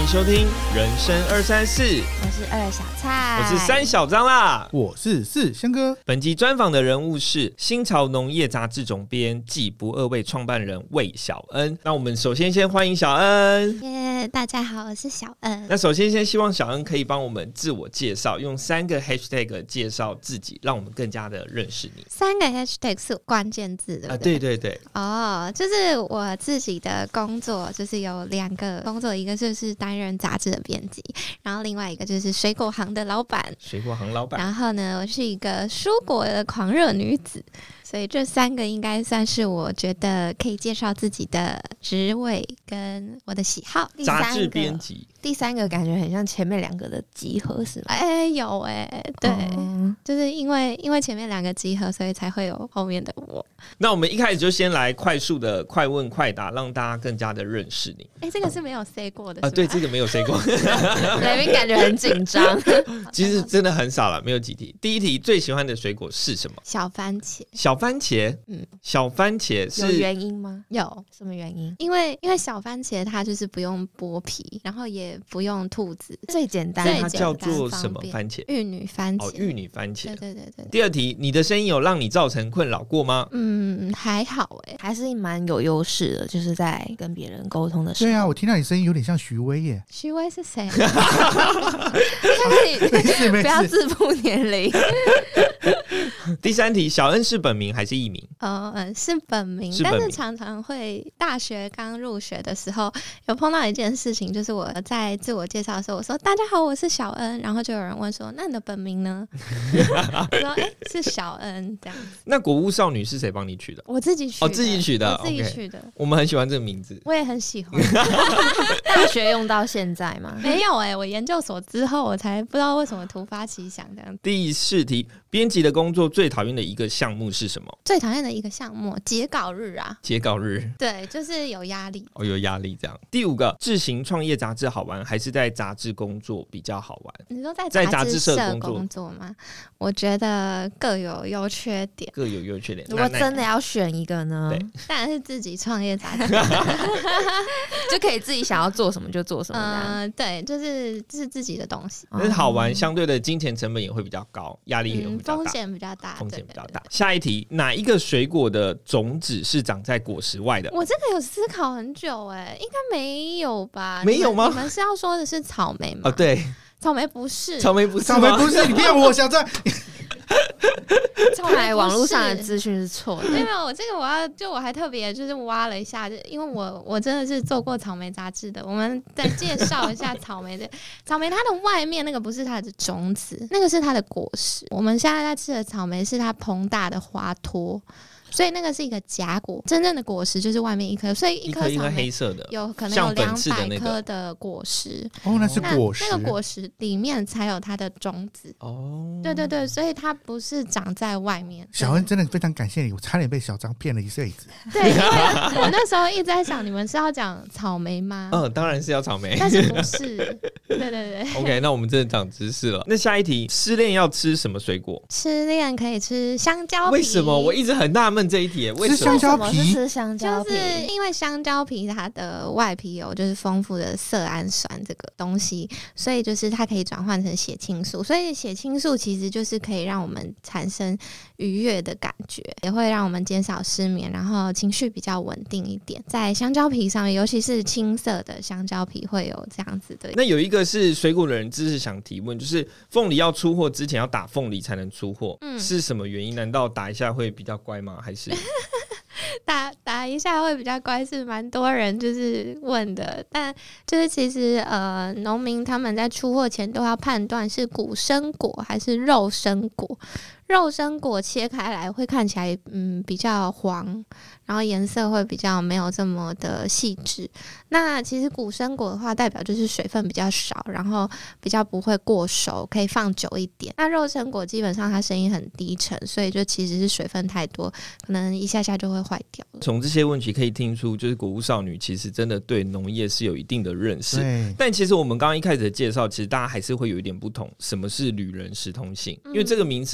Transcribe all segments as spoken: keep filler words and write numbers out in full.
收听人生二三四， 我是二小蔡， 我是三小张啦， 我是四香哥。 本集专访的人物是新潮农业杂志总编暨不二位创办人魏小恩。那我们首先先欢迎小恩。 耶、yeah, 大家好，我是小恩。 那首先先希望小恩可以帮我们自我介绍，用三个 hashtag 介绍自己，让我们更加的认识你。 三个 hashtag 是关键字对不对？ 啊，对对对。 哦，就是我自己的工作，就是有两个工作，一个就是担任杂志的编辑，然后另外一个就是水果行的老板。 水果行老板。 然后呢，我是一个蔬果的狂热女子。所以这三个应该算是我觉得可以介绍自己的职位跟我的喜好。 杂志编辑， 第三个感觉很像前面两个的集合是吗？ 哎、欸，有哎、欸，对、哦，就是因为因为前面两个集合，所以才会有后面的我。 那我们一开始就先来快速的快问快答，让大家更加的认识你。 哎、欸，这个是没有 say 过的啊、 呃？对，这个没有 say 过， 来宾感觉很紧张。 其实真的很少了，没有几题。第一题，最喜欢的水果是什么？ 小番茄。 小番茄，嗯，小番茄是有原因吗？ 有什么原因？ 因为因为小番茄它就是不用剥皮，然后也不用吐籽， 最简单。 它叫做什么番茄？ 玉女番茄。 哦，玉女番茄。 对对对 对, 对。 第二题，你的声音有让你造成困扰过吗？ 嗯，还好哎、欸， 还是蛮有优势的，就是在跟别人沟通的时候。 对啊，我听到你声音有点像徐威耶。 徐威是谁？ 不要自曝年龄。 第三题，小恩是本名还是艺名？ 呃，是本名， 是本名， 但是常常会大学刚入学的时候有碰到一件事情，就是我在自我介绍的时候，我说大家好，我是小恩，然后就有人问说，那你的本名呢？我说哎、欸，是小恩这样子。 那果物少女是谁帮你取的？ 我自己取的。 哦，自己取的， 我自己取的。Okay, 我们很喜欢这个名字， 我也很喜欢。 大学用到现在吗？ 没有哎、欸，我研究所之后我才不知道为什么突发奇想这样子。 第四题，编辑的工作最讨厌的一个项目是什么？ 最讨厌的一个项目，截稿日啊。 截稿日， 对，就是有压力。 哦，有压力这样。第五个，自行创业杂志好玩，还是在杂志工作比较好玩？ 你说在在杂志社工作, 工作吗？我觉得各有优缺点， 各有优缺点。 如果真的要选一个呢？ 对， 当然是自己创业杂志， 就可以自己想要做什么就做什么。嗯、 呃，对，就是这是自己的东西。 但是好玩，相对的金钱成本也会比较高，压力也会比较大， 风险比较大， 风险比较大。 对对对对。 下一题，哪一个水果的种子是长在果实外的？ 我这个有思考很久哎、欸，应该没有吧？ 没有吗？ 你 们, 你们是要说的是草莓吗？ 哦，对， 草莓不是， 草莓不是， 草莓不是，你骗我，小张。 看来网络上的资讯是错的。 没有，我这个我要就我还特别就是挖了一下，就因为我我真的是做过草莓杂志的，我们再介绍一下草莓的。草莓它的外面那个不是它的种子，那个是它的果实。我们现在在吃的草莓是它膨大的花托。所以那个是一个假果，真正的果实就是外面一颗，所以一颗草莓黑色的， 有可能有两百颗的果实。 哦，那是果实。 那, 那个果实里面才有它的种子。哦，对对对，所以它不是长在外面。 小恩真的非常感谢你，我差点被小张骗了一辈子。 对，因为我那时候一直在想，你们是要讲草莓吗？ 嗯，当然是要草莓， 但是不是？对对对。 OK， 那我们真的长知识了。那下一题，失恋要吃什么水果？ 失恋可以吃香蕉皮。 为什么？我一直很纳闷这一题，为什么？香蕉皮是吃香蕉皮， 就是因为香蕉皮它的外皮有就是丰富的色氨酸这个东西，所以就是它可以转换成血清素，所以血清素其实就是可以让我们产生愉悦的感觉，也会让我们减少失眠，然后情绪比较稳定一点。在香蕉皮上面，尤其是青色的香蕉皮会有这样子的。 那有一个是水果的人知识想提问，就是凤梨要出货之前要打凤梨才能出货，嗯，是什么原因？难道打一下会比较乖吗？还是？ 打打一下会比较乖，是蛮多人就是问的，但就是其实呃，农民他们在出货前都要判断是古生果还是肉生果。肉生果切开来会看起来嗯比较黄，然后颜色会比较没有这么的细致。那其实古生果的话，代表就是水分比较少，然后比较不会过熟，可以放久一点。那肉生果基本上它声音很低沉，所以就其实是水分太多，可能一下下就会坏掉了。 从这些问题可以听出，就是果物少女其实真的对农业是有一定的认识。但其实我们刚刚一开始的介绍，其实大家还是会有一点不同。什么是旅人食通信？嗯、因为这个名词，我相信。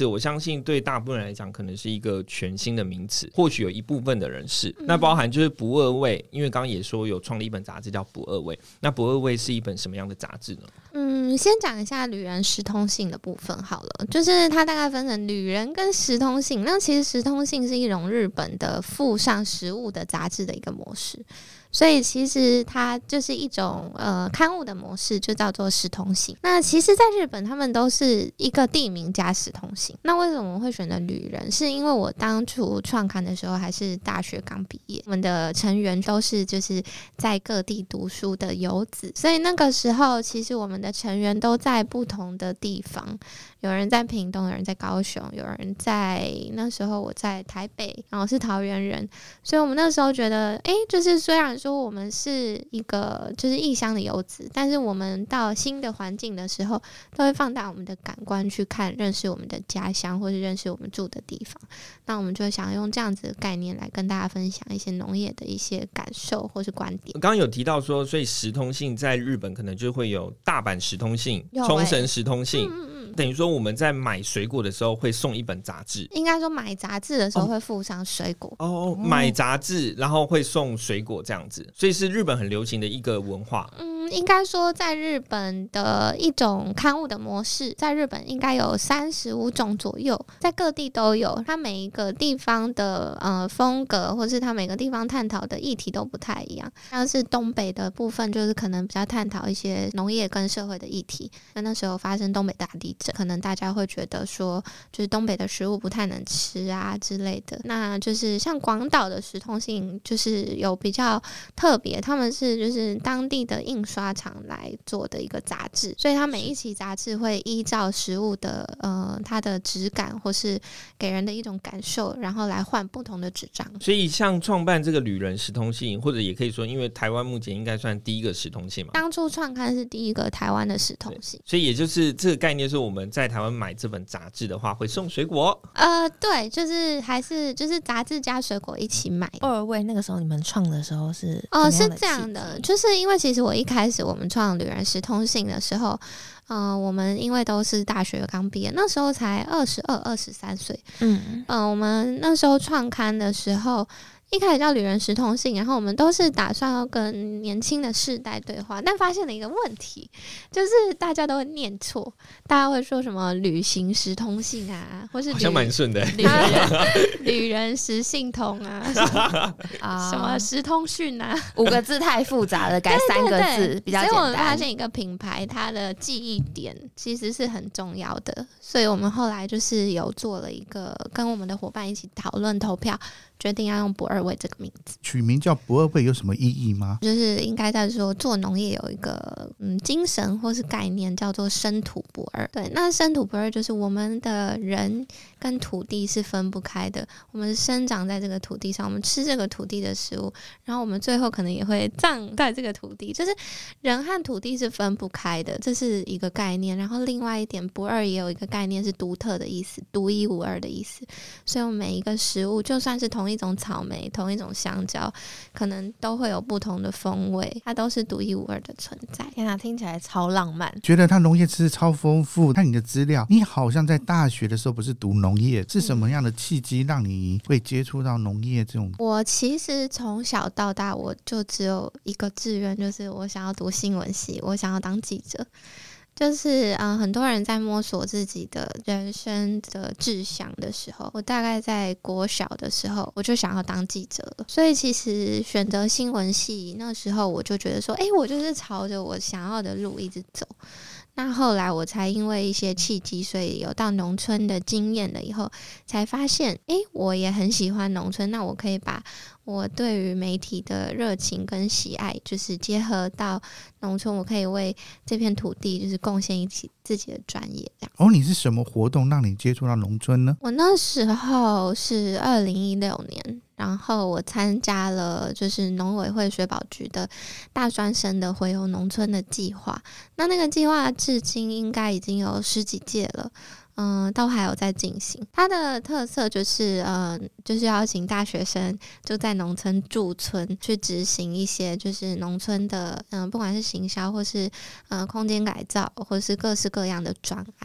性对大部分人来讲可能是一个全新的名词，或许有一部分的人是、嗯、那包含就是不二味，因为刚刚也说有创立一本杂志叫不二味，那不二味是一本什么样的杂志呢？ 嗯，先讲一下旅人时通性的部分好了，就是它大概分成旅人跟时通性。那其实时通性是一种日本的附上食物的杂志的一个模式，所以其实它就是一种呃刊物的模式，就叫做时通性。那其实在日本他们都是一个地名加时通性。那为什么我会选择旅人，是因为我当初创刊的时候还是大学刚毕业，我们的成员都是就是在各地读书的游子，所以那个时候其实我们的成员都在不同的地方，有人在屏东，有人在高雄，有人在那时候我在台北，然后是桃园人，所以我们那时候觉得哎，就是虽然说我们是一个就是异乡的游子，但是我们到新的环境的时候都会放大我们的感官去看认识我们的家乡或是认识我们住的地方，那我们就想用这样子的概念来跟大家分享一些农业的一些感受或是观点。 刚刚有提到说所以时通性在日本可能就会有大阪时通性、 欸、 冲绳时通性、 嗯嗯等于说我们在买水果的时候会送一本杂志， 应该说买杂志的时候会附上水果哦, 哦，买杂志然后会送水果这样子，所以是日本很流行的一个文化。 嗯，应该说在日本的一种刊物的模式，在日本应该有三十五种左右，在各地都有，它每一个地方的呃风格或是它每个地方探讨的议题都不太一样，像是东北的部分就是可能比较探讨一些农业跟社会的议题，那那时候发生东北大地震，可能大家会觉得说就是东北的食物不太能吃啊之类的，那就是像广岛的时通性就是有比较特别，他们是就是当地的印刷厂来做的一个杂志，所以它每一期杂志会依照食物的呃它的质感或是给人的一种感受，然后来换不同的纸张。 所以像创办这个旅人时通性，或者也可以说因为台湾目前应该算第一个时通性嘛， 当初创刊是第一个台湾的时通性， 所以也就是这个概念是我们在台湾买这本杂志的话会送水果。 呃对，就是还是就是杂志加水果一起买。 二位那个时候你们创的时候是哦，是这样的，就是因为其实我一开始我们创旅人时通性的时候，呃，我们因为都是大学刚毕业，那时候才二十二、二十三岁，嗯，呃，我们那时候创刊的时候。一开始叫旅人时通性，然后我们都是打算要跟年轻的世代对话，但发现了一个问题，就是大家都会念错，大家会说什么旅行时通性啊，或是好像蛮顺的旅人旅人时性通啊，什么, 什么时通讯啊， 五个字太复杂了，改三个字对对对比较简单。 所以我们发现一个品牌它的记忆点其实是很重要的，所以我们后来就是有做了一个跟我们的伙伴一起讨论投票，决定要用不二味这个名字。 取名叫不二味有什么意义吗？ 就是应该在说做农业有一个嗯精神或是概念叫做生土不二。对，那生土不二就是我们的人跟土地是分不开的，我们生长在这个土地上，我们吃这个土地的食物，然后我们最后可能也会葬在这个土地，就是人和土地是分不开的，这是一个概念。然后另外一点，不二也有一个概念是独特的意思，独一无二的意思，所以我们每一个食物就算是同一种草莓，同一种香蕉，可能都会有不同的风味，它都是独一无二的存在。 天哪，听起来超浪漫， 觉得它农业知识超丰富。看你的资料，你好像在大学的时候不是读农业，是什么样的契机让你会接触到农业这种？ 我其实从小到大我就只有一个志愿，就是我想要读新闻系，我想要当记者。就是嗯、呃，很多人在摸索自己的人生的志向的时候，我大概在国小的时候我就想要当记者了，所以其实选择新闻系那时候我就觉得说，哎，我就是朝着我想要的路一直走。那后来我才因为一些契机，所以有到农村的经验了以后，才发现诶我也很喜欢农村，那我可以把我对于媒体的热情跟喜爱就是结合到农村，我可以为这片土地就是贡献一起自己的专业这样。 哦，你是什么活动让你接触到农村呢？ 我那时候是二零一六年，然后我参加了就是农委会水保局的大专生的回游农村的计划，那那个计划至今应该已经有十几届了，嗯，都还有在进行。它的特色就是，呃，就是邀请大学生就在农村驻村，去执行一些就是农村的，嗯、呃，不管是行销或是呃空间改造，或是各式各样的专案。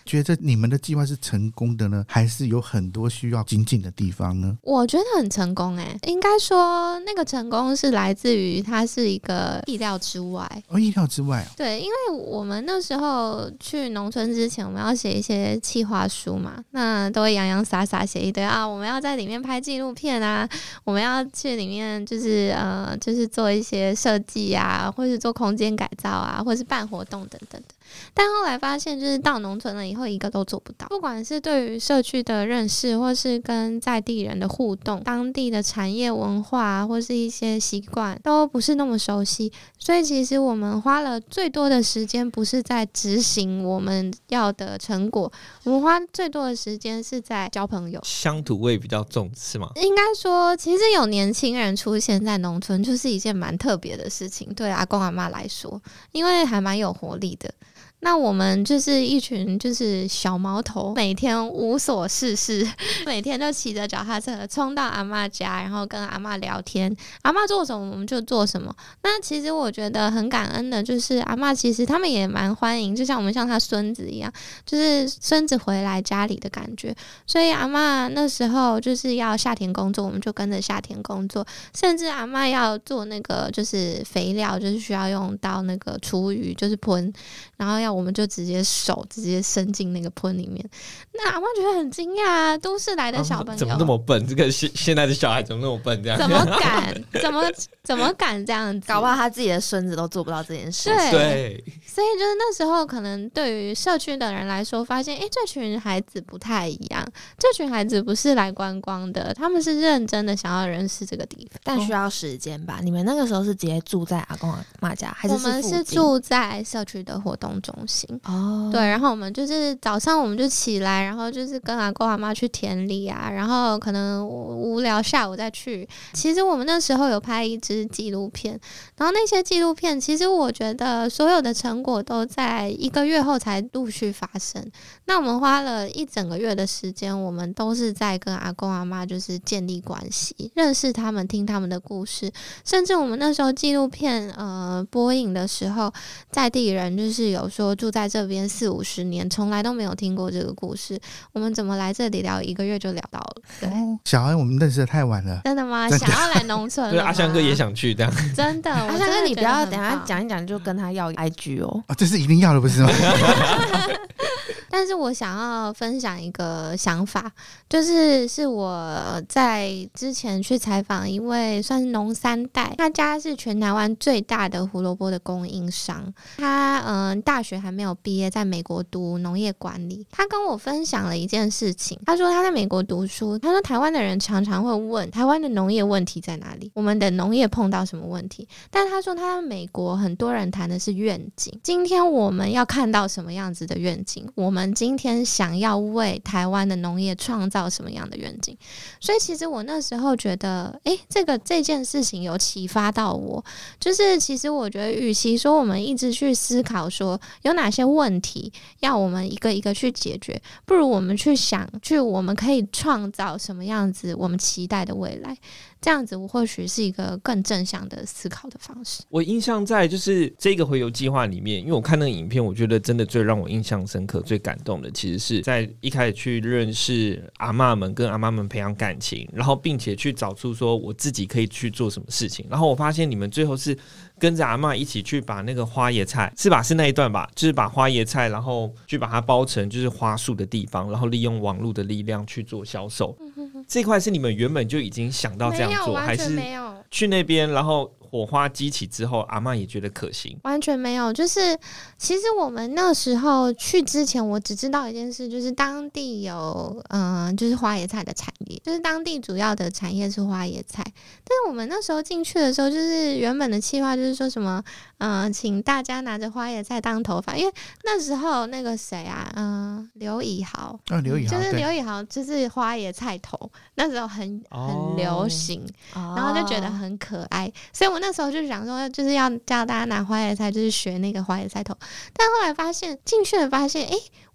觉得你们的计划是成功的呢，还是有很多需要精进的地方呢？ 我觉得很成功哎、欸，应该说那个成功是来自于它是一个意料之外。 哦，意料之外、哦、 对，因为我们那时候去农村之前，我们要写一些企划书嘛，那都会洋洋洒洒写一堆啊，我们要在里面拍纪录片啊，我们要去里面就是呃，就是做一些设计啊，或是做空间改造啊，或是办活动等等的。但后来发现，就是到农村了以后，一个都做不到。不管是对于社区的认识，或是跟在地人的互动，当地的产业文化，或是一些习惯，都不是那么熟悉。所以其实我们花了最多的时间，不是在执行我们要的成果，我们花最多的时间是在交朋友。 乡土味比较重是吗？ 应该说，其实有年轻人出现在农村，就是一件蛮特别的事情，对阿公阿嬷来说，因为还蛮有活力的。那我们就是一群就是小毛头，每天无所事事，每天就骑着脚踏车冲到阿嬷家，然后跟阿嬷聊天，阿嬷做什么我们就做什么。那其实我觉得很感恩的，就是阿嬷其实他们也蛮欢迎，就像我们像他孙子一样，就是孙子回来家里的感觉。所以阿嬷那时候就是要下田工作，我们就跟着下田工作，甚至阿嬷要做那个就是肥料，就是需要用到那个厨余，就是盆，然后要我们就直接手直接伸进那个盆里面。那阿嬷觉得很惊讶啊，都市来的小朋友、 啊、怎么那么笨？这个现现在的小孩怎么那么笨？这样怎么敢？怎么怎么敢这样子？ 搞不好他自己的孙子都做不到这件事。 对， 对， 所以就是那时候可能对于社区的人来说，发现哎、欸，这群孩子不太一样，这群孩子不是来观光的，他们是认真的想要认识这个地方， 但需要时间吧？你们那个时候是直接住在阿公阿嬷家，还是是我们是住在社区的活动中心？ 哦， 对，然后我们就是早上我们就起来，然后就是跟阿公阿嬷去田里啊，然后可能无聊下午再去。其实我们那时候有拍一支纪录片，然后那些纪录片其实我觉得所有的成果都在一个月后才陆续发生。那我们花了一整个月的时间，我们都是在跟阿公阿嬷就是建立关系，认识他们，听他们的故事，甚至我们那时候纪录片呃播映的时候，在地人就是有说住在这边四五十年，从来都没有听过这个故事，我们怎么来这里聊一个月就聊到了？对， 哦、小孩我们认识的太晚了， 真的吗？想要来农村了吗？ 对，阿香哥也想去这样。 真的， 阿香哥，你不要等一下讲。 讲一讲就跟他要 I G 哦。 哦，这是一定要的，不是吗？ 但是我想要分享一个想法，就是是我在之前去采访一位算是农三代，他家是全台湾最大的胡萝卜的供应商。他嗯、呃、大学还没有毕业，在美国读农业管理。他跟我分享了一件事情，他说他在美国读书，他说台湾的人常常会问台湾的农业问题在哪里，我们的农业碰到什么问题，但他说他在美国很多人谈的是愿景，今天我们要看到什么样子的愿景，我们今天想要为台湾的农业创造什么样的愿景。所以其实我那时候觉得诶，这个这件事情有启发到我，就是其实我觉得与其说我们一直去思考说有哪些问题要我们一个一个去解决，不如我们去想去我们可以创造什么样子我们期待的未来，这样子我或许是一个更正向的思考的方式。 我印象在就是这个回游计划里面，因为我看那个影片，我觉得真的最让我印象深刻最感动的其实是在一开始去认识阿嬷们，跟阿嬷们培养感情，然后并且去找出说我自己可以去做什么事情。然后我发现你们最后是跟着阿嬷一起去把那个花椰菜，是吧？是那一段吧，就是把花椰菜然后去把它包成就是花束的地方，然后利用网络的力量去做销售。嗯，这块是你们原本就已经想到这样做，还是去那边然后火花激起之后阿嬷也觉得可行？ 完全没有，就是其实我们那时候去之前，我只知道一件事，就是当地有嗯、呃，就是花椰菜的产业，就是当地主要的产业是花椰菜。但是我们那时候进去的时候，就是原本的计划就是说什么嗯、呃，请大家拿着花椰菜当头发，因为那时候那个谁啊，嗯、呃，刘以豪， 哦，刘以豪， 就是刘以豪，就是花椰菜头，那时候很很流行， 哦、 然后就觉得很可爱，所以我那时候就想说，就是要教大家拿花椰菜，就是学那个花椰菜头。但后来发现进去了，发现哎，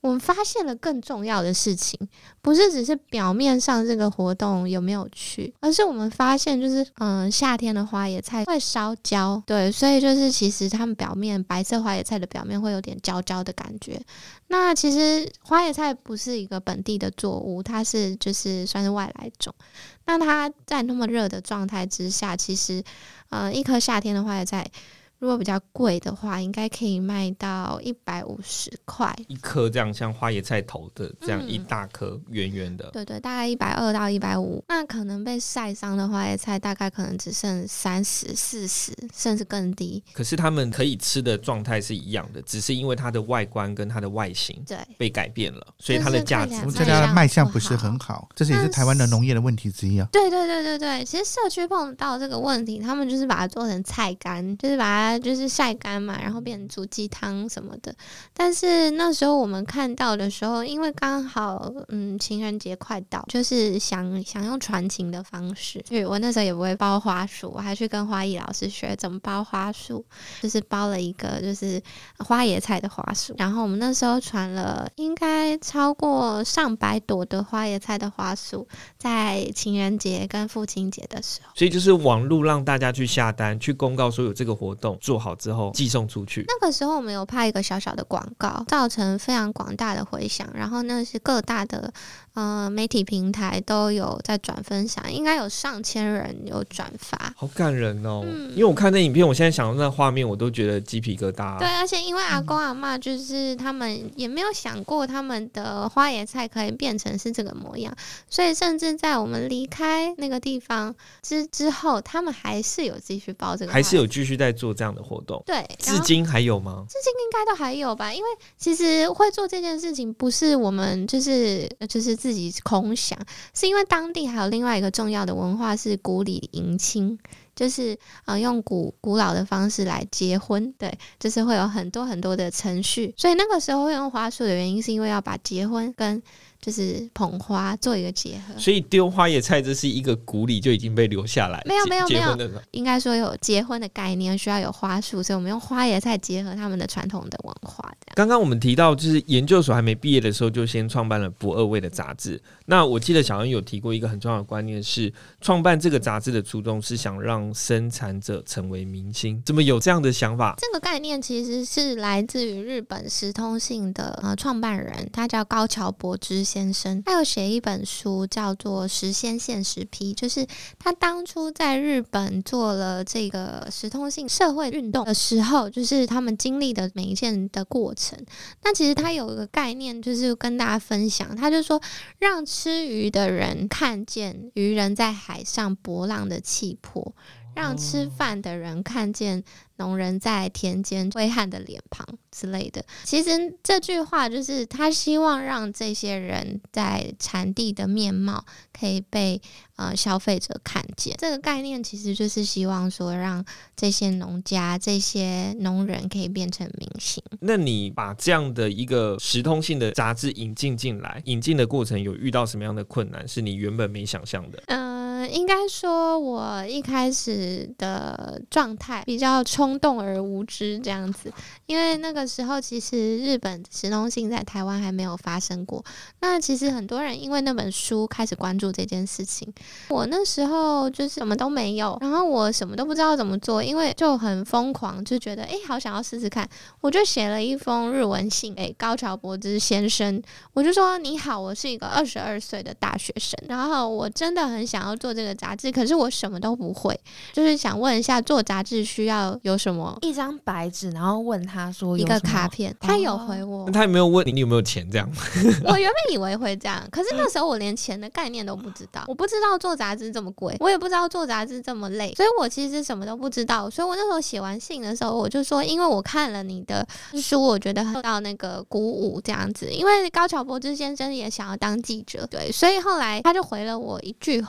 我们发现了更重要的事情，不是只是表面上这个活动有没有趣，而是我们发现就是嗯，夏天的花椰菜会烧焦，对，所以就是其实它们表面白色花椰菜的表面会有点焦焦的感觉。那其实花椰菜不是一个本地的作物，它是就是算是外来种。那它在那么热的状态之下，其实呃一颗夏天的花椰菜如果比较贵的话，应该可以卖到一百五十块一颗，这样像花椰菜头的这样一大颗圆圆的、嗯、 对对，大概一百二到一百五。那可能被晒伤的花椰菜大概可能只剩三十、四十，甚至更低。 可是它们可以吃的状态是一样的，只是因为它的外观跟它的外形对被改变了，所以它的价值我们这家的卖相不是很好，这是也是台湾的农业的问题之一啊。 对对对对对，其实社区碰到这个问题，他们就是把它做成菜干，就是把它就是晒干嘛，然后变成煮鸡汤什么的。但是那时候我们看到的时候，因为刚好嗯情人节快到，就是想想用传情的方式，所以我那时候也不会包花束，我还去跟花艺老师学怎么包花束，就是包了一个就是花椰菜的花束。然后我们那时候传了应该超过上百朵的花椰菜的花束，在情人节跟父亲节的时候， 所以就是网路让大家去下单，去公告说有这个活动，做好之后寄送出去。 那个时候我们有拍一个小小的广告，造成非常广大的回响，然后那是各大的呃媒体平台都有在转分享，应该有上千人有转发。 好感人哦、 嗯、 因为我看那影片，我现在想到那画面我都觉得鸡皮疙瘩、啊、 对，而且因为阿公阿嬷就是他们也没有想过他们的花椰菜可以变成是这个模样，所以甚至在我们离开那个地方之之后，他们还是有继续包这个花椰菜， 还是有继续在做这样的活动。 对， 至今还有吗？ 至今应该都还有吧，因为其实会做这件事情不是我们就是就是自己空想，是因为当地还有另外一个重要的文化是古礼迎亲，就是呃用古古老的方式来结婚，对，就是会有很多很多的程序，所以那个时候会用花束的原因是因为要把结婚跟就是捧花做一个结合， 所以丢花椰菜这是一个古礼就已经被留下来了。 没有没有没有， 应该说有结婚的概念，需要有花束，所以我们用花椰菜结合他们的传统的文化。 刚刚我们提到，就是研究所还没毕业的时候，就先创办了不二味的杂志。那我记得小恩有提过一个很重要的观念是，创办这个杂志的初衷是想让生产者成为明星。怎么有这样的想法？ 这个概念其实是来自于日本时通信的呃创办人，他叫高桥博之先生，他有写一本书叫做《时鲜现实批》，就是他当初在日本做了这个时通信社会运动的时候，就是他们经历的每一件的过程。那其实他有一个概念，就是跟大家分享，他就说让吃鱼的人看见渔人在海上搏浪的气魄，让吃饭的人看见农人在田间挥汗的脸庞之类的。其实这句话就是他希望让这些人在产地的面貌可以被呃消费者看见。这个概念其实就是希望说让这些农家这些农人可以变成明星。 那你把这样的一个时通性的杂志引进进来，引进的过程有遇到什么样的困难是你原本没想象的？ 呃，应该说我一开始的状态比较冲动而无知这样子，因为那个时候其实日本时通信在台湾还没有发生过，那其实很多人因为那本书开始关注这件事情。我那时候就是什么都没有，然后我什么都不知道怎么做，因为就很疯狂，就觉得哎，好想要试试看，我就写了一封日文信给高桥博之先生，我就说你好，我是一个二十二岁的大学生，然后我真的很想要做这个杂志，可是我什么都不会，就是想问一下做杂志需要有什么。 一张白纸，然后问他说有一个卡片，他有回我、 哦、他有没有问你你有没有钱这样？ 我原本以为会这样，可是那时候我连钱的概念都不知道，我不知道做杂志这么贵，我也不知道做杂志这么累，所以我其实什么都不知道。所以我那时候写完信的时候，我就说因为我看了你的书，我觉得受到那个鼓舞这样子，因为高桥博之先生也想要当记者，对，所以后来他就回了我一句话叫做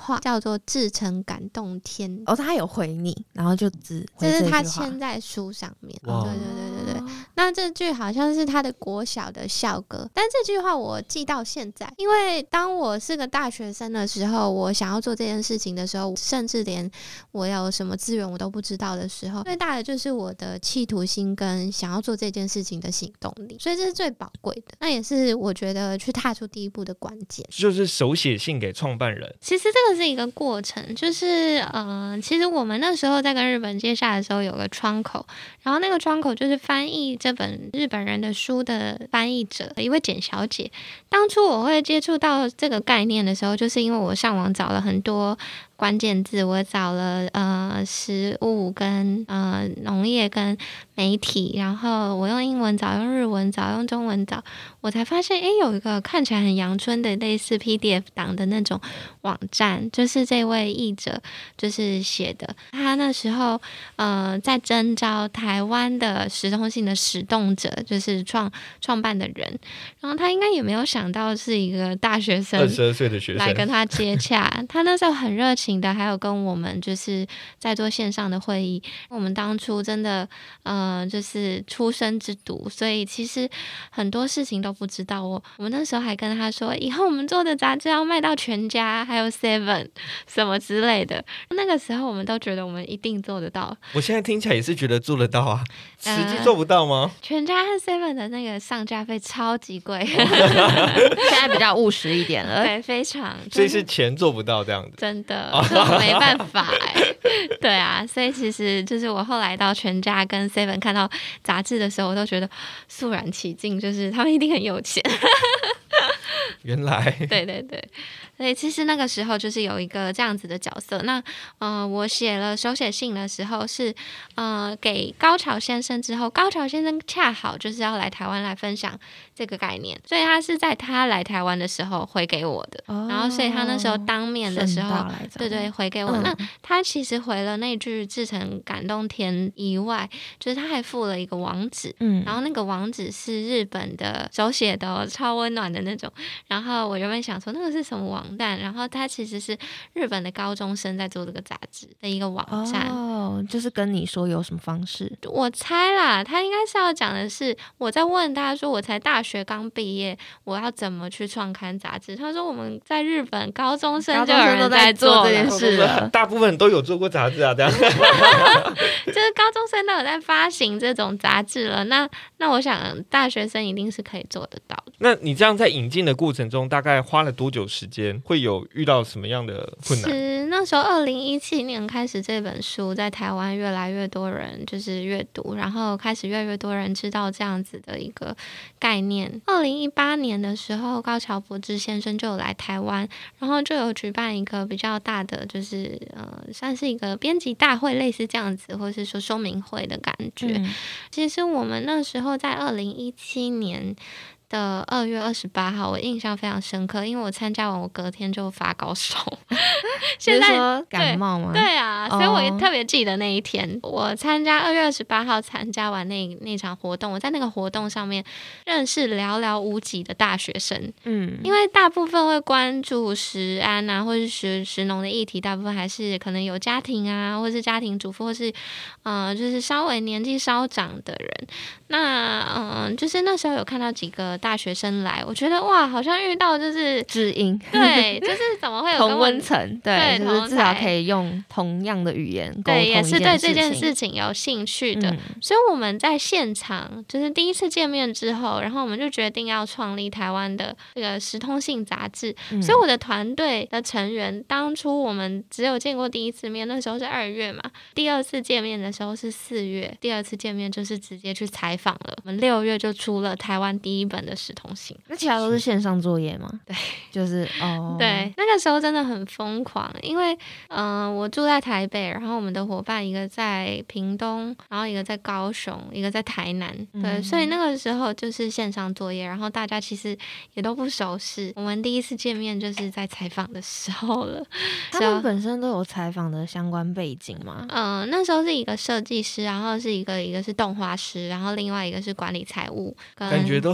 做至诚感动天。 哦，他有回你，然后就只回这是他句话签在书上面。 哇对对对对对。那这句好像是他的国小的校歌，但这句话我记到现在，因为当我是个大学生的时候，我想要做这件事情的时候，甚至连我有什么资源我都不知道的时候，最大的就是我的企图心跟想要做这件事情的行动力，所以这是最宝贵的，那也是我觉得去踏出第一步的关键， 就是手写信给创办人。 其实这个是一个过程，就是呃，其实我们那时候在跟日本接洽的时候有个窗口，然后那个窗口就是翻译这本日本人的书的翻译者，一位简小姐。当初我会接触到这个概念的时候，就是因为我上网找了很多关键字，我找了呃食物跟呃农业跟媒体，然后我用英文找，用日文找，用中文找，我才发现，诶，有一个看起来很阳春的类似 P D F 档的那种网站，就是这位译者就是写的。他那时候呃在征召台湾的时通信的始动者，就是创创办的人，然后他应该也没有想到是一个大学生， 二十二岁的学生来跟他接洽。他那时候很热情的，还有跟我们就是在做线上的会议。我们当初真的呃就是初生之犊，所以其实很多事情都不知道。我我们那时候还跟他说，以后我们做的杂志要卖到全家还有 Seven 什么之类的。那个时候我们都觉得我们一定做得到。 我现在听起来也是觉得做得到啊，实呃际做不到吗？ 全家和 Seven 的那个上架费超级贵， 现在比较务实一点了。 对，非常， 所以是钱做不到这样子。 真的，这我没办法哎、对啊，所以其实就是我后来到全家跟 Seven 看到杂志的时候，我都觉得肃然起敬，就是他们一定很有钱。 原来对对对，所以其实那个时候就是有一个这样子的角色。那呃，我写了手写信的时候是呃给高桥先生之后，高桥先生恰好就是要来台湾来分享这个概念，所以他是在他来台湾的时候回给我的。 哦、 然后所以他那时候当面的时候，对对，回给我。 嗯、 那他其实回了那句至诚感动天以外，就是他还附了一个网址，嗯，然后那个网址是日本的手写的、哦，超温暖的那种。然后我原本想说那个是什么网站，然后它其实是日本的高中生在做这个杂志的一个网站。 哦，就是跟你说有什么方式？ 我猜啦，他应该是要讲的是，我在问他说，我才大学刚毕业，我要怎么去创刊杂志？他说我们在日本高中生就有人在做这件事了， 大部分都有做过杂志啊，这样就是高中生都有在发行这种杂志了。那那我想大学生一定是可以做得到的。 那你这样在引进的过程中，大概花了多久时间？会有遇到什么样的困难？ 是那时候二零一七年开始，这本书在台湾越来越多人就是阅读，然后开始越来越多人知道这样子的一个概念。二零一八年的时候，高桥博之先生就有来台湾，然后就有举办一个比较大的，就是呃，算是一个编辑大会，类似这样子，或是说说明会的感觉。嗯、其实我们那时候在二零一七年的二月二十八号，我印象非常深刻，因为我参加完，我隔天就发高烧。现在说感冒吗？ 对，对啊，所以我也特别记得那一天。Oh. 我参加二月二十八号参加完那那场活动，我在那个活动上面认识寥寥无几的大学生。嗯，因为大部分会关注食安啊，或是食食农的议题，大部分还是可能有家庭啊，或是家庭主妇，或是呃，就是稍微年纪稍长的人。那嗯、呃，就是那时候有看到几个大学生来，我觉得哇，好像遇到就是知音， 对，就是怎么会有同温层，对， 对， 就是至少可以用同样的语言沟通， 对，也是对这件事情有兴趣的。嗯、所以我们在现场就是第一次见面之后，然后我们就决定要创立台湾的这个时通信杂志。嗯、所以我的团队的成员，当初我们只有见过第一次面，那时候是二月嘛，第二次见面的时候是四月，第二次见面就是直接去采访了。我们六月就出了台湾第一本的时通信。 那其他都是线上作业吗？ 对， 就是哦， 对，那个时候真的很疯狂，因为嗯、呃，我住在台北，然后我们的伙伴一个在屏东，然后一个在高雄，一个在台南，对，嗯、所以那个时候就是线上作业，然后大家其实也都不熟识，我们第一次见面就是在采访的时候了。 他们本身都有采访的相关背景吗？ 嗯、呃，那时候是一个设计师，然后是一个一个是动画师，然后另外一个是管理财务， 感觉都很全面。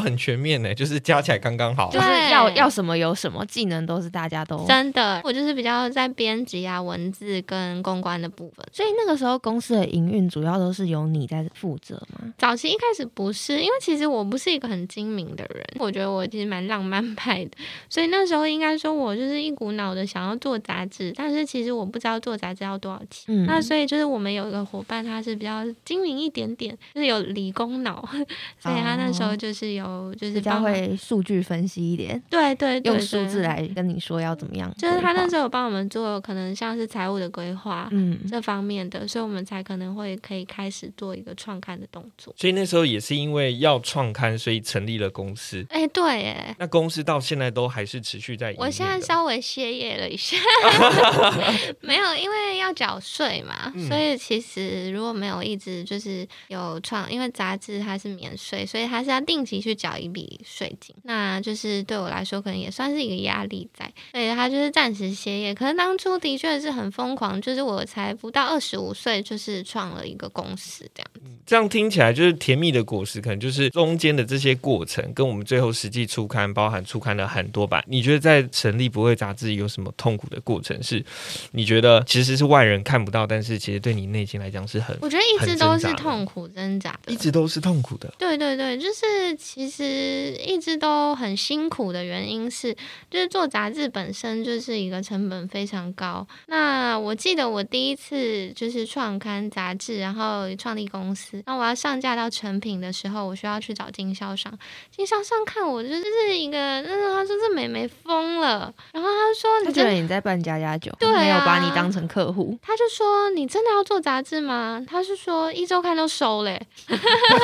面呢，就是加起来刚刚好， 就是要要什么有什么，技能都是大家都真的。我就是比较在编辑啊、文字跟公关的部分。 所以那个时候公司的营运主要都是由你在负责吗？ 早期一开始不是，因为其实我不是一个很精明的人，我觉得我其实蛮浪漫派的，所以那时候应该说我就是一股脑的想要做杂志，但是其实我不知道做杂志要多少钱。嗯，那所以就是我们有一个伙伴，他是比较精明一点点，就是有理工脑，所以他那时候就是有就是比较会数据分析一点， 对对 对, 对， 用数字来跟你说要怎么样， 就是他那时候有帮我们做可能像是财务的规划，嗯，这方面的，所以我们才可能会可以开始做一个创刊的动作。 所以那时候也是因为要创刊，所以成立了公司。 哎、欸，对，哎， 那公司到现在都还是持续在营业的。 我现在稍微歇业了一下，没有，因为要缴税嘛、嗯，所以其实如果没有一直就是有创，因为杂志它是免税，所以它是要定期去缴一笔税金，那就是对我来说可能也算是一个压力在，所以它就是暂时歇业。可是当初的确是很疯狂，就是我才不到二十五岁，就是创了一个公司这样子。 嗯、这样听起来就是甜蜜的果实，可能就是中间的这些过程，跟我们最后实际出刊，包含出刊了很多版。你觉得在成立不会杂志有什么痛苦的过程？是你觉得其实是外人看不到，但是其实对你内心来讲是很， 我觉得一直都是痛苦挣扎的， 一直都是痛苦的。 对对对，就是其实一直都很辛苦的原因是，就是做杂志本身就是一个成本非常高。那我记得我第一次就是创刊杂志，然后创立公司，那我要上架到成品的时候，我需要去找经销商。经销商看我就是一个，那时候他说这妹妹疯了，然后他说你他觉得你在办家家酒， 对啊， 没有把你当成客户。 他就说你真的要做杂志吗？他是说一周刊都收嘞、欸，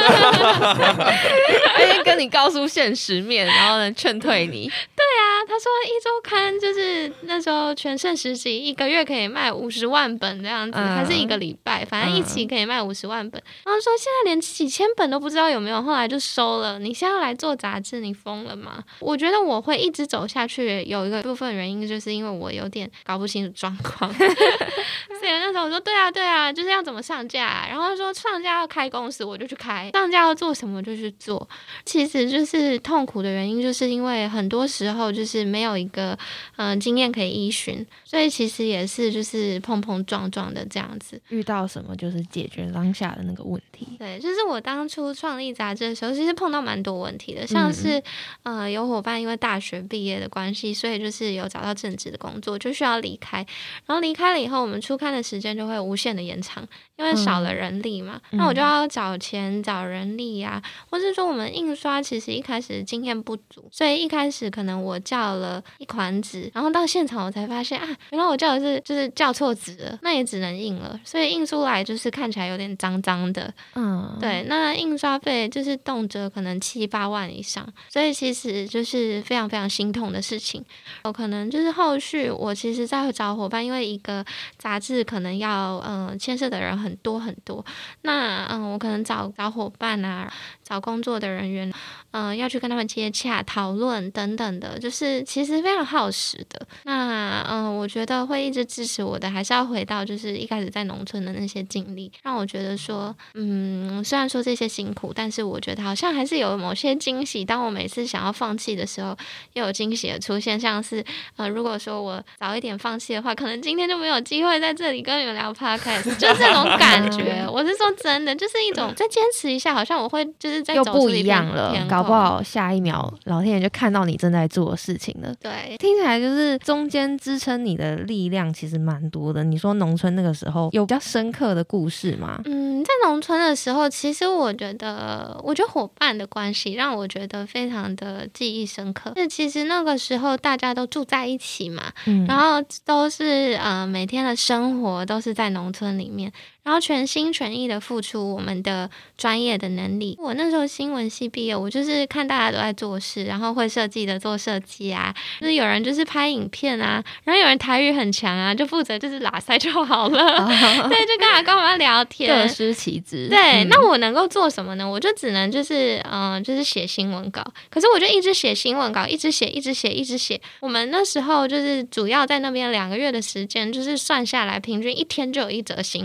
而且跟你告诉现实面，然后呢劝退你。 对啊，他说一周刊就是那时候全盛时期，一个月可以卖五十万本这样子、嗯，还是一个礼拜，反正一期可以卖五十万本。然后说现在连几千本都不知道有没有，后来就收了。你现在要来做杂志，你疯了吗？我觉得我会一直走下去，有一个部分原因就是因为我有点搞不清楚状况，所以那时候我说对啊对啊，就是要怎么上架、啊，然后他说上架要开公司，我就去开；上架要做什么我就去做。其实就是痛苦的原因，就是因为很多时候就是没有一个嗯、呃、经验可以依循，所以其实也是就是碰碰撞撞的这样子。 遇到什么就是解决当下的那个问题。 对，就是我当初创立杂志的时候，其实碰到蛮多问题的，像是、嗯、呃有伙伴因为大学毕业的关系，所以就是有找到正职的工作，就需要离开。然后离开了以后，我们出刊的时间就会无限的延长，因为少了人力嘛。嗯、那我就要找钱找人力啊，或是说我们印刷其实一开始经验不足，所以一开始可能我叫了一款纸，然后到现场我才发现啊，原来我叫的是就是叫错纸了，那也只能印了，所以印出来就是看起来有点脏脏的。嗯，对，那印刷费就是动辄可能七八万以上，所以其实就是非常非常心痛的事情。有可能就是后续我其实在找伙伴，因为一个杂志可能要嗯牵涉的人很多很多，那嗯我可能找找伙伴啊，找工作的人员，嗯要去跟他们接洽讨论等等的，就是其实非常耗时的。那嗯我觉得会一直支持我的，还是要回到就是一开始在农村的那些经历，让我觉得说嗯虽然说这些辛苦，但是我觉得好像还是有某些惊喜。当我每次想要放弃的时候，又有惊喜的出现，像是呃如果说我早一点放弃的话，可能今天就没有机会在这里跟你们聊 podcast， 就是这种感觉。我是说真的，就是一种再坚持一下，好像我会就是再又不一样了，搞不好下一秒老天爷就看到你正在做的事情了。 对， 听起来就是中间支撑你的力量其实蛮多的。你说农村那个时候有比较深刻的故事吗？ 嗯，在农村的时候，其实我觉得，我觉得伙伴的关系让我觉得非常的记忆深刻。是其实那个时候大家都住在一起嘛，嗯、然后都是呃每天的生活都是在农村里面。然后全心全意的付出我们的专业的能力。我那时候新闻系毕业，我就是看大家都在做事，然后会设计的做设计啊，就是有人就是拍影片啊，然后有人台语很强啊，就负责就是拉塞就好了。哦、对，就跟阿公妈聊天， 各司其职。 对、嗯，那我能够做什么呢？我就只能就是嗯、呃，就是写新闻稿。可是我就一直写新闻稿，一直写，一直写，一直写。我们那时候就是主要在那边两个月的时间，就是算下来平均一天就有一则新闻。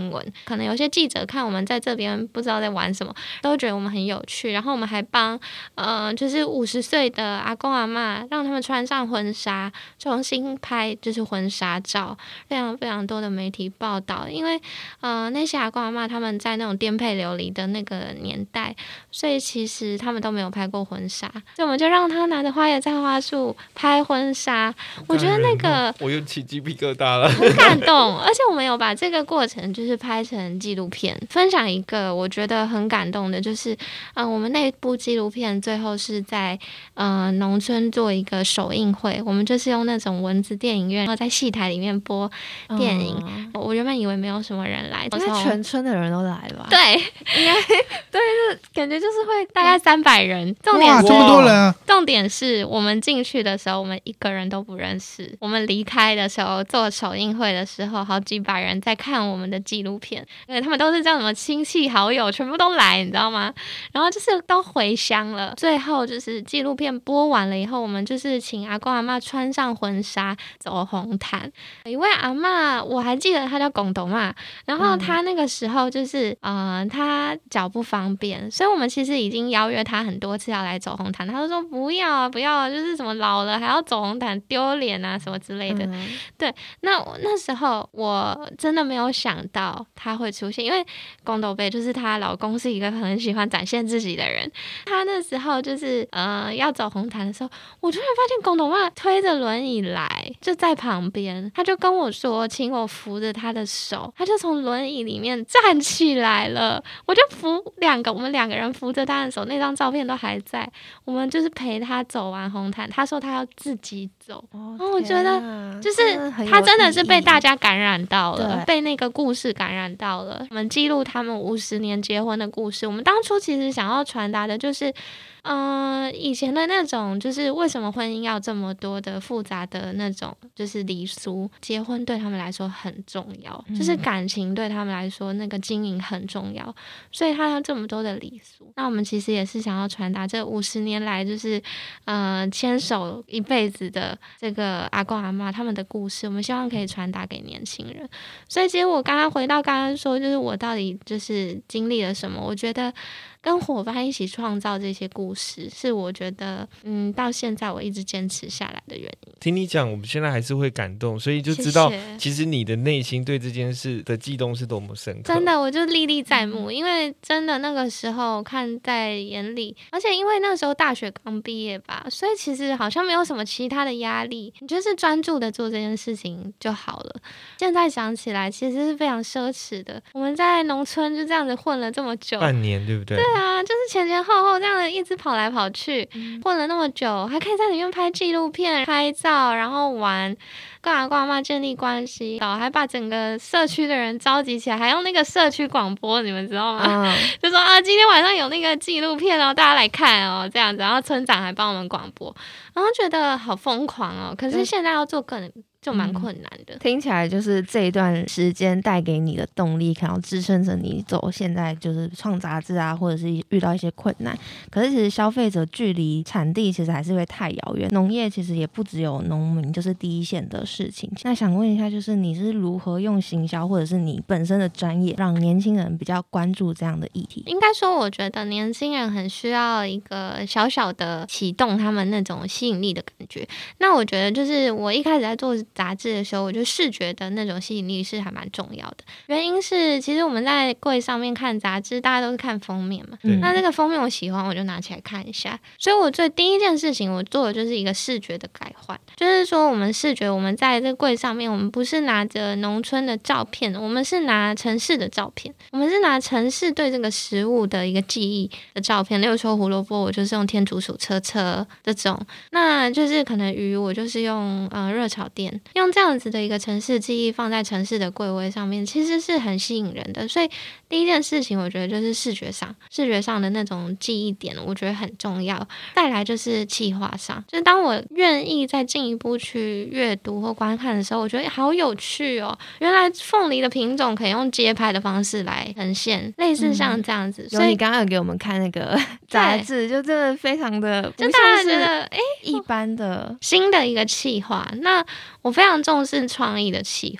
可能有些记者看我们在这边不知道在玩什么，都觉得我们很有趣。然后我们还帮呃，就是五十岁的阿公阿嬷，让他们穿上婚纱，重新拍就是婚纱照，非常非常多的媒体报道。因为呃，那些阿公阿嬷他们在那种颠沛流离的那个年代，所以其实他们都没有拍过婚纱，所以我们就让他拿着花椰菜花束拍婚纱。我觉得那个我又起鸡皮疙瘩了， 很感动。而且我们有把这个过程就是拍成纪录片，分享一个我觉得很感动的，就是呃，我们那部纪录片最后是在呃农村做一个首映会，我们就是用那种文字电影院，然后在戏台里面播电影。嗯、我原本以为没有什么人来， 应该全村的人都来了吧？ 对，应该对，是感觉就是会大概三百人。重点是哇，这么多人啊！ 重点是我们进去的时候，我们一个人都不认识；我们离开的时候，做首映会的时候，好几百人在看我们的纪录片，因为他们都是这样什么亲戚好友全部都来，你知道吗？然后就是都回乡了。最后就是纪录片播完了以后，我们就是请阿公阿嬷穿上婚纱走红毯。一位阿嬷，我还记得她叫龚董嘛，然后她那个时候就是呃，她脚不方便，所以我们其实已经邀约她很多次要来走红毯，她就说不要啊不要啊，就是什么老了还要走红毯丢脸啊什么之类的。嗯、对，那那时候我真的没有想到她会出现，因为龚董贝就是她老公是一个很喜欢展现自己的人，她那时候就是呃要走红毯的时候，我突然发现龚董妈推着轮椅来，就在旁边，她就跟我说请我扶着她的手，她就从轮椅里面站起来了，我就扶两个，我们两个人扶着她的手，那张照片都还在，我们就是陪她走完红毯，她说她要自己走，哦、然后我觉得就是她真的是被大家感染到了，被那个故事感染到了，我们记录他们五十年结婚的故事，我们当初其实想要传达的就是嗯、呃，以前的那种就是为什么婚姻要这么多的复杂的那种就是礼俗，结婚对他们来说很重要、嗯、就是感情对他们来说那个经营很重要，所以他有这么多的礼俗。那我们其实也是想要传达这五十年来就是呃牵手一辈子的这个阿公阿嬷他们的故事，我们希望可以传达给年轻人。所以其实我刚刚回到刚刚说就是我到底就是经历了什么，我觉得跟伙伴一起创造这些故事是我觉得嗯，到现在我一直坚持下来的原因。 听你讲我们现在还是会感动，所以就知道其实你的内心对这件事的悸动是多么深刻。 真的我就历历在目，因为真的那个时候看在眼里，而且因为那时候大学刚毕业吧，所以其实好像没有什么其他的压力，你就是专注的做这件事情就好了。现在想起来其实是非常奢侈的，我们在农村就这样子混了这么久， 半年对不对？ 对啊，就是前前后后这样的一直跑来跑去、嗯、混了那么久，还可以在里面拍纪录片拍照，然后玩，跟阿公阿嬷建立关系，还把整个社区的人召集起来，还用那个社区广播，你们知道吗、嗯、就说啊今天晚上有那个纪录片哦，大家来看哦这样子，然后村长还帮我们广播，然后觉得好疯狂哦，可是现在要做更就蛮困难的、嗯、 听起来就是这一段时间带给你的动力可能支撑着你走现在就是创杂志啊，或者是遇到一些困难，可是其实消费者距离产地其实还是会太遥远，农业其实也不只有农民就是第一线的事情。那想问一下，就是你是如何用行销或者是你本身的专业让年轻人比较关注这样的议题？ 应该说我觉得年轻人很需要一个小小的启动他们那种吸引力的感觉，那我觉得就是我一开始在做杂志的时候，我觉得视觉的那种吸引力是还蛮重要的。原因是其实我们在柜上面看杂志，大家都是看封面嘛，那这个封面我喜欢，我就拿起来看一下。所以我最第一件事情我做的就是一个视觉的改换，就是说我们视觉，我们在这个柜上面，我们不是拿着农村的照片，我们是拿城市的照片，我们是拿城市对这个食物的一个记忆的照片。例如说胡萝卜，我就是用天竺鼠车车这种，那就是可能鱼，我就是用呃热炒店，用这样子的一个城市记忆放在城市的柜位上面，其实是很吸引人的。所以第一件事情我觉得就是视觉上视觉上的那种记忆点我觉得很重要。再来就是企划上，就是当我愿意再进一步去阅读或观看的时候，我觉得好有趣哦，原来凤梨的品种可以用街拍的方式来呈现，类似像这样子、嗯、 所以你刚刚有给我们看那个杂志，就真的非常的就大家觉得哎一般的新的一个企划，那我非常重视创意的企划，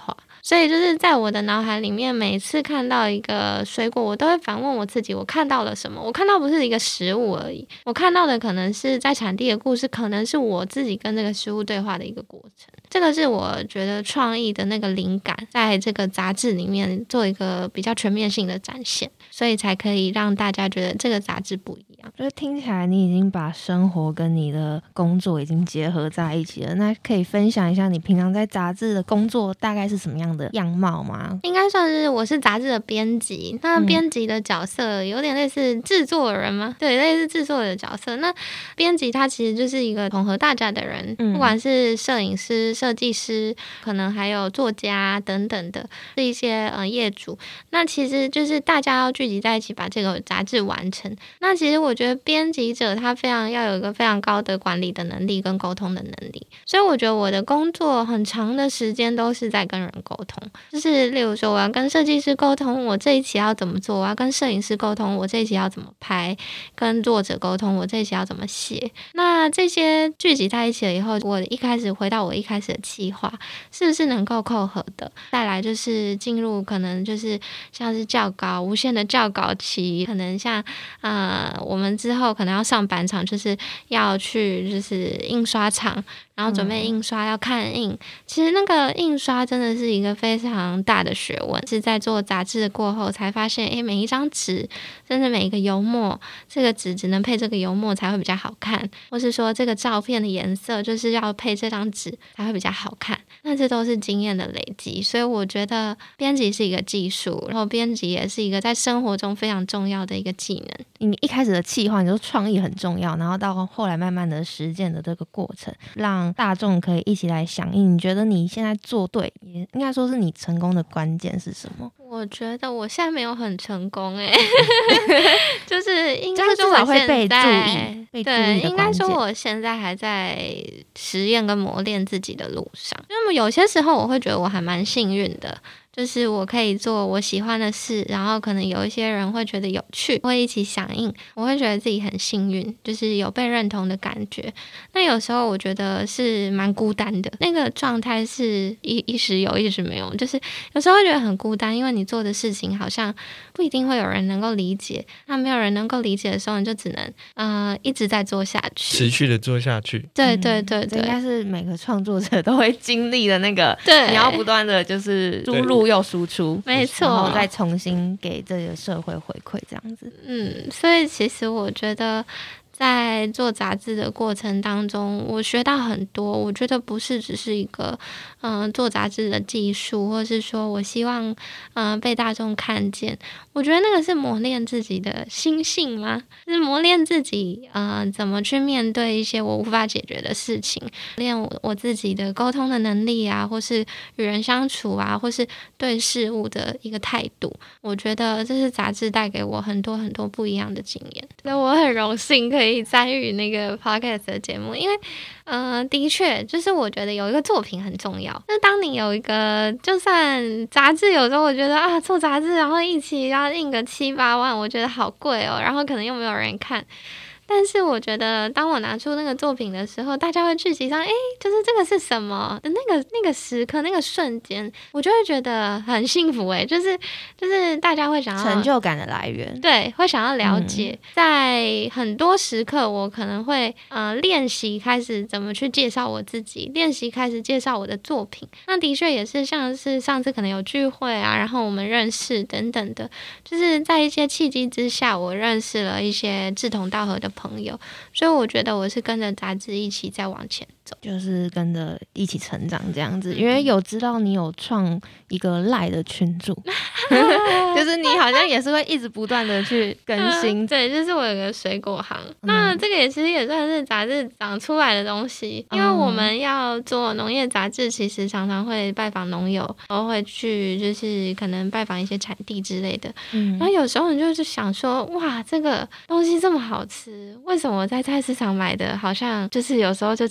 所以就是在我的脑海里面，每次看到一个水果，我都会反问我自己，我看到了什么？我看到不是一个食物而已，我看到的可能是在产地的故事，可能是我自己跟这个食物对话的一个过程。这个是我觉得创意的那个灵感，在这个杂志里面做一个比较全面性的展现，所以才可以让大家觉得这个杂志不一样。 就是听起来你已经把生活跟你的工作已经结合在一起了，那可以分享一下你平常在杂志的工作大概是什么样的样貌吗？ 应该算是我是杂志的编辑，那编辑的角色有点类似制作人吗？对，类似制作人的角色。那编辑他其实就是一个统合大家的人， 嗯、 不管是摄影师、设计师，可能还有作家等等的，是一些呃业主。那其实就是大家要聚集在一起把这个杂志完成。那其实我觉得编辑者他非常要有一个非常高的管理的能力跟沟通的能力，所以我觉得我的工作很长的时间都是在跟人沟通，就是例如说我要跟设计师沟通我这一期要怎么做，我要跟摄影师沟通我这一期要怎么拍，跟作者沟通我这一期要怎么写。那这些聚集在一起了以后，我一开始回到我一开始的企划是不是能够扣合的，再来就是进入可能就是像是校稿无限的校稿期，可能像呃我们之后可能要上版场，就是要去就是印刷厂，然后准备印刷要看印、嗯、其实那个印刷真的是一个非常大的学问，是在做杂志过后才发现，诶，每一张纸甚至每一个油墨，这个纸只能配这个油墨才会比较好看，或是说这个照片的颜色就是要配这张纸才会比较好看，那这都是经验的累积。所以我觉得编辑是一个技术，然后编辑也是一个在生活中非常重要的一个技能。 你一开始的企划你说创意很重要，然后到后来慢慢的实践的这个过程，让大众可以一起来响应，你觉得你现在做对，也应该说是你成功的关键是什么？ 我觉得我现在没有很成功哎、欸，就是应该说我会被注意，被注意对，应该说我现在还在实验跟磨练自己的路上。那么有些时候我会觉得我还蛮幸运的，就是我可以做我喜欢的事，然后可能有一些人会觉得有趣，会一起响应，我会觉得自己很幸运，就是有被认同的感觉。那有时候我觉得是蛮孤单的，那个状态是一一时有一时没有，就是有时候会觉得很孤单，因为你做的事情好像不一定会有人能够理解，那没有人能够理解的时候，你就只能呃一直在做下去， 持续的做下去。 对对对对， 这应该是每个创作者都会经历的那个， 对， 你要不断的就是输入又输出， 没错， 然后再重新给这个社会回馈这样子。 嗯，所以其实我觉得在做杂志的过程当中，我学到很多。我觉得不是只是一个嗯、呃、做杂志的技术，或是说我希望嗯、呃、被大众看见。我觉得那个是磨练自己的心性吗？是磨练自己嗯、呃、怎么去面对一些我无法解决的事情，练我我自己的沟通的能力啊，或是与人相处啊，或是对事物的一个态度。我觉得这是杂志带给我很多很多不一样的经验。所以我很荣幸可以可以参与那个 podcast 的节目，因为呃，的确就是我觉得有一个作品很重要。那当你有一个，就算杂志有时候我觉得啊，做杂志然后一期要印个七八万，我觉得好贵哦，然后可能又没有人看。但是我觉得当我拿出那个作品的时候，大家会聚集上，诶，就是这个是什么的那个那个时刻那个瞬间，我就会觉得很幸福诶，就是就是大家会想要成就感的来源， 对，会想要了解、嗯、在很多时刻我可能会呃练习开始怎么去介绍我自己，练习开始介绍我的作品。那的确也是像是上次可能有聚会啊，然后我们认识等等的，就是在一些契机之下，我认识了一些志同道合的朋友，所以我觉得我是跟着杂志一起在往前走， 就是跟着一起成长这样子。因为有知道你有创一个赖的群组就是你好像也是会一直不断的去更新、 嗯、对，就是我有个水果行、嗯、那这个也其实也算是杂志长出来的东西，因为我们要做农业杂志，其实常常会拜访农友，然后会去就是可能拜访一些产地之类的、嗯、然后有时候你就是想说，哇，这个东西这么好吃，为什么我在菜市场买的好像就是有时候就觉得啊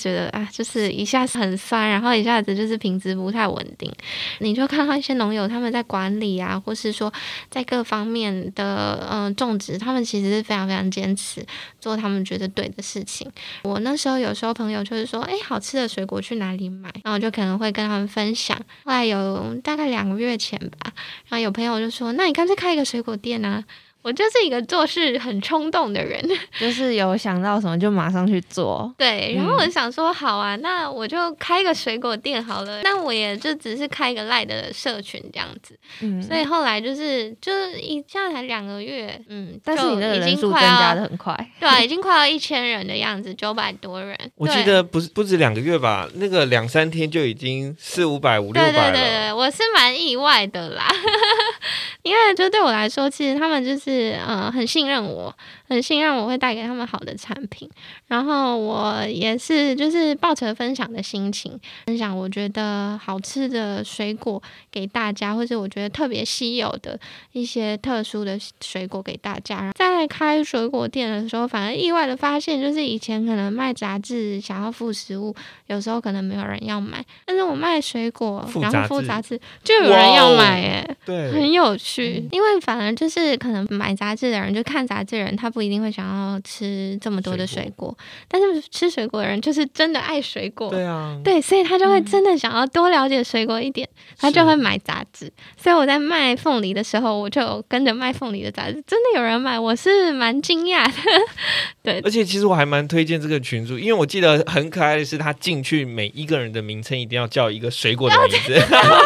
哇，就是一下子很酸，然后一下子就是品质不太稳定。你就看到一些农友他们在管理啊，或是说在各方面的呃种植，他们其实是非常非常坚持做他们觉得对的事情。我那时候有时候朋友就是说，哎，好吃的水果去哪里买？然后我就可能会跟他们分享。后来有大概两个月前吧，然后有朋友就说，那你干脆开一个水果店啊。我就是一个做事很冲动的人， 就是有想到什么就马上去做。 对，然后我想说，好啊，那我就开一个水果店好了。那我也就只是开一个赖的社群这样子。嗯，所以后来就是就是一下才两个月，嗯， 但是你那个人数增加的很快， 对啊，已经快要一千人的样子，九百多人。 我记得不是不止两个月吧，那个两三天就已经四五百五六百了。 对对对对，我是蛮意外的啦，因为就对我来说，其实他们就是。是呃很信任我，很信任我会带给他们好的产品，然后我也是就是抱着分享的心情，分享我觉得好吃的水果给大家，或者我觉得特别稀有的一些特殊的水果给大家。在开水果店的时候，反而意外的发现，就是以前可能卖杂志想要附食物，有时候可能没有人要买，但是我卖水果然后附杂志就有人要买，哎， 对， 很有趣，嗯，因为反而就是可能买杂志的人，就看杂志的人，他不一定会想要吃这么多的水果，但是吃水果的人就是真的爱水果， 对啊， 对，所以他就会真的想要多了解水果一点，嗯，他就会买杂志。所以我在卖凤梨的时候，我就有跟着卖凤梨的杂志，真的有人买，我是蛮惊讶的。对， 而且其实我还蛮推荐这个群组，因为我记得很可爱的是，他进去每一个人的名称一定要叫一个水果的名字。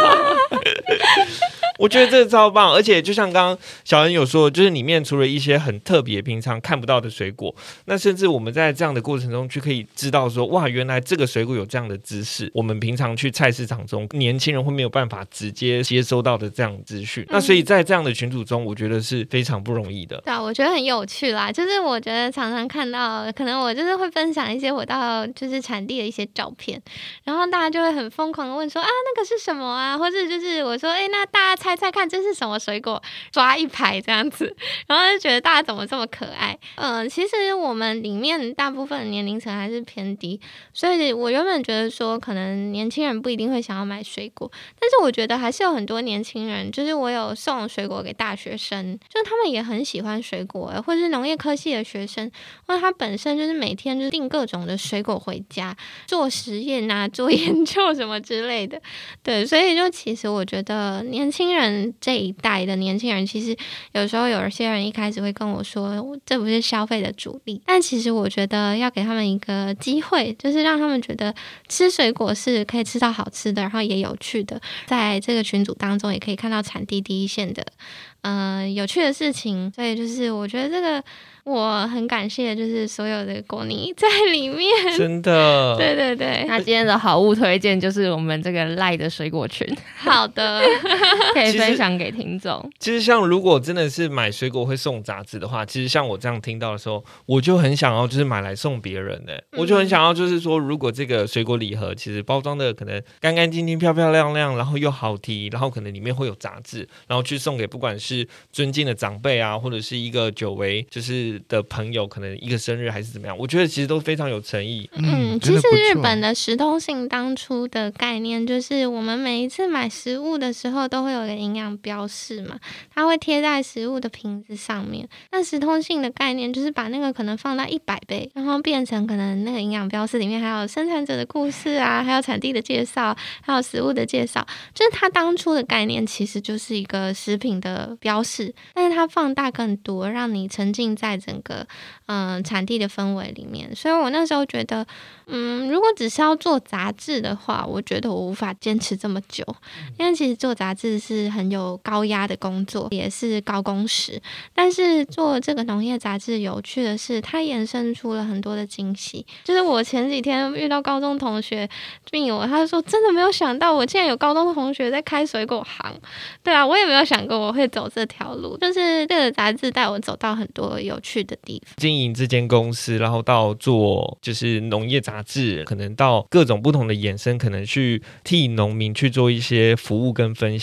我觉得这个超棒，而且就像刚刚小恩有说，就是里面除了一些很特别平常看不到的水果，那甚至我们在这样的过程中就可以知道说，哇，原来这个水果有这样的知识，我们平常去菜市场中年轻人会没有办法直接接收到的这样的资讯，嗯，那所以在这样的群组中我觉得是非常不容易的。 对啊，我觉得很有趣啦，就是我觉得常常看到，可能我就是会分享一些我到就是产地的一些照片，然后大家就会很疯狂的问说，啊，那个是什么啊，或者就是我说，哎，那大家猜猜猜看这是什么水果，抓一排这样子，然后就觉得大家怎么这么可爱。嗯、呃，其实我们里面大部分的年龄层还是偏低，所以我原本觉得说可能年轻人不一定会想要买水果，但是我觉得还是有很多年轻人，就是我有送水果给大学生，就他们也很喜欢水果，或者是农业科系的学生，或者他本身就是每天就是订各种的水果回家做实验啊，做研究什么之类的。对，所以就其实我觉得年轻人这一代的年轻人，其实有时候有些人一开始会跟我说这不是消费的主力，但其实我觉得要给他们一个机会，就是让他们觉得吃水果是可以吃到好吃的，然后也有趣的，在这个群组当中也可以看到产地第一线的呃有趣的事情。所以就是我觉得这个我很感谢，就是所有的果泥在里面， 真的， 对对对。 那今天的好物推荐就是我们这个赖的水果群， 好的， 可以分享给听众。 其实像如果真的是买水果会送杂志的话，其实像我这样听到的时候，我就很想要就是买来送别人的、欸嗯，我就很想要就是说，如果这个水果礼盒其实包装的可能干干净净、漂漂亮亮，然后又好提，然后可能里面会有杂志，然后去送给不管是尊敬的长辈啊，或者是一个久违就是的朋友，可能一个生日还是怎么样，我觉得其实都非常有诚意。 嗯，其实日本的食通信当初的概念就是我们每一次买食物的时候都会有一个营养标示嘛，它会贴在食物的瓶子上面。那食通信的概念就是把那个可能放到一百倍，然后变成可能那个营养标示里面还有生产者的故事啊，还有产地的介绍，还有食物的介绍，就是它当初的概念其实就是一个食品的标示，但是它放大更多，让你沉浸在整个嗯、呃、产地的氛围里面。所以我那时候觉得嗯，如果只是要做杂志的话，我觉得我无法坚持这么久，因为其实做杂志是很有高压的工作，也是高工时。但是做这个农业杂志有趣的是，它衍生出了很多的惊喜。就是我前几天遇到高中同学命我，他就说真的没有想到我竟然有高中同学在开水果行。对啊，我也没有想过我会走这条路，就是这个杂志带我走到很多有趣的地方。 经营这间公司，然后到做就是农业杂志，可能到各种不同的衍生，可能去替农民去做一些服务跟分享，然后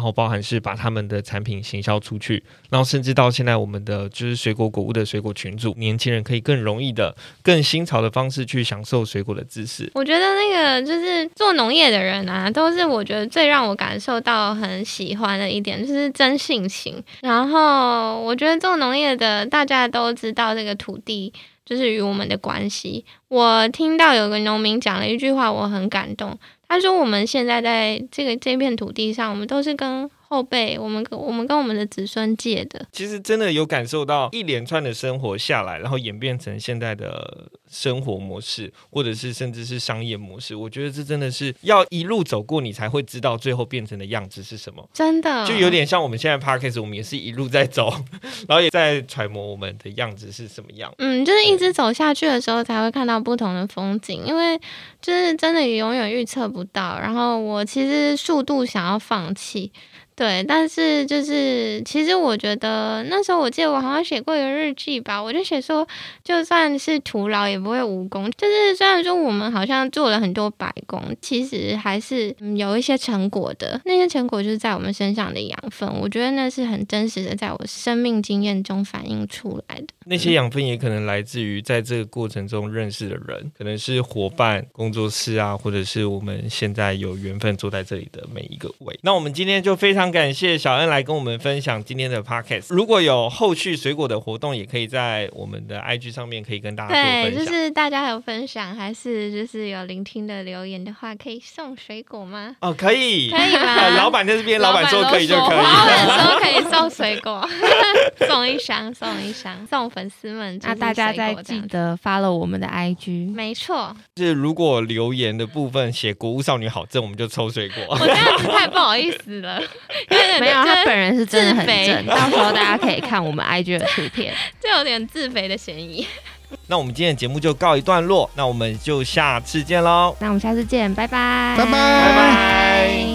后包含是把他们的产品行销出去，然后甚至到现在我们的就是水果果物的水果群组，年轻人可以更容易的、更新潮的方式去享受水果的知识。 我觉得那个就是做农业的人啊，都是我觉得最让我感受到很喜欢的一点，就是真性情。然后我觉得做农业的大家都知道这个土地就是与我们的关系。我听到有个农民讲了一句话，我很感动。他说：“我们现在在这个这片土地上，我们都是跟后辈，我们跟我们跟我们的子孙借的。” 其实真的有感受到一连串的生活下来，然后演变成现在的生活模式，或者是甚至是商业模式。我觉得这真的是要一路走过，你才会知道最后变成的样子是什么。 真的， 就有点像我们现在 Podcast， 我们也是一路在走，然后也在揣摩我们的样子是什么样。 嗯，就是一直走下去的时候，才会看到不同的风景，因为就是真的永远预测不到。然后我其实速度想要放弃。对，但是就是其实我觉得那时候我记得我好像写过一个日记吧，我就写说就算是徒劳也不会无功，就是虽然说我们好像做了很多白工，其实还是、嗯、有一些成果的，那些成果就是在我们身上的养分，我觉得那是很真实的在我生命经验中反映出来的。 那些养分也可能来自于在这个过程中认识的人，可能是伙伴、工作室啊，或者是我们现在有缘分坐在这里的每一个位。那我们今天就非常感谢小恩来跟我们分享今天的 podcast。 如果有后续水果的活动，也可以在我们的 I G 上面可以跟大家做分享。 对，就是大家有分享还是就是有聆听的留言的话，可以送水果吗？ 哦，可以， 可以吗？ 老板在这边，老板说可以就可以， 老板说可以送水果送一箱送一箱送粉丝们， 那大家再记得 follow 我们的 I G。 没错， 就是如果留言的部分写国物少女好正，我们就抽水果。 我这样子太不好意思了没有，他本人是真的很正，到时候大家可以看我们 I G 的图片这有点自肥的嫌疑。 那我们今天的节目就告一段落，那我们就下次见咯。 那我们下次见，拜拜拜拜拜拜。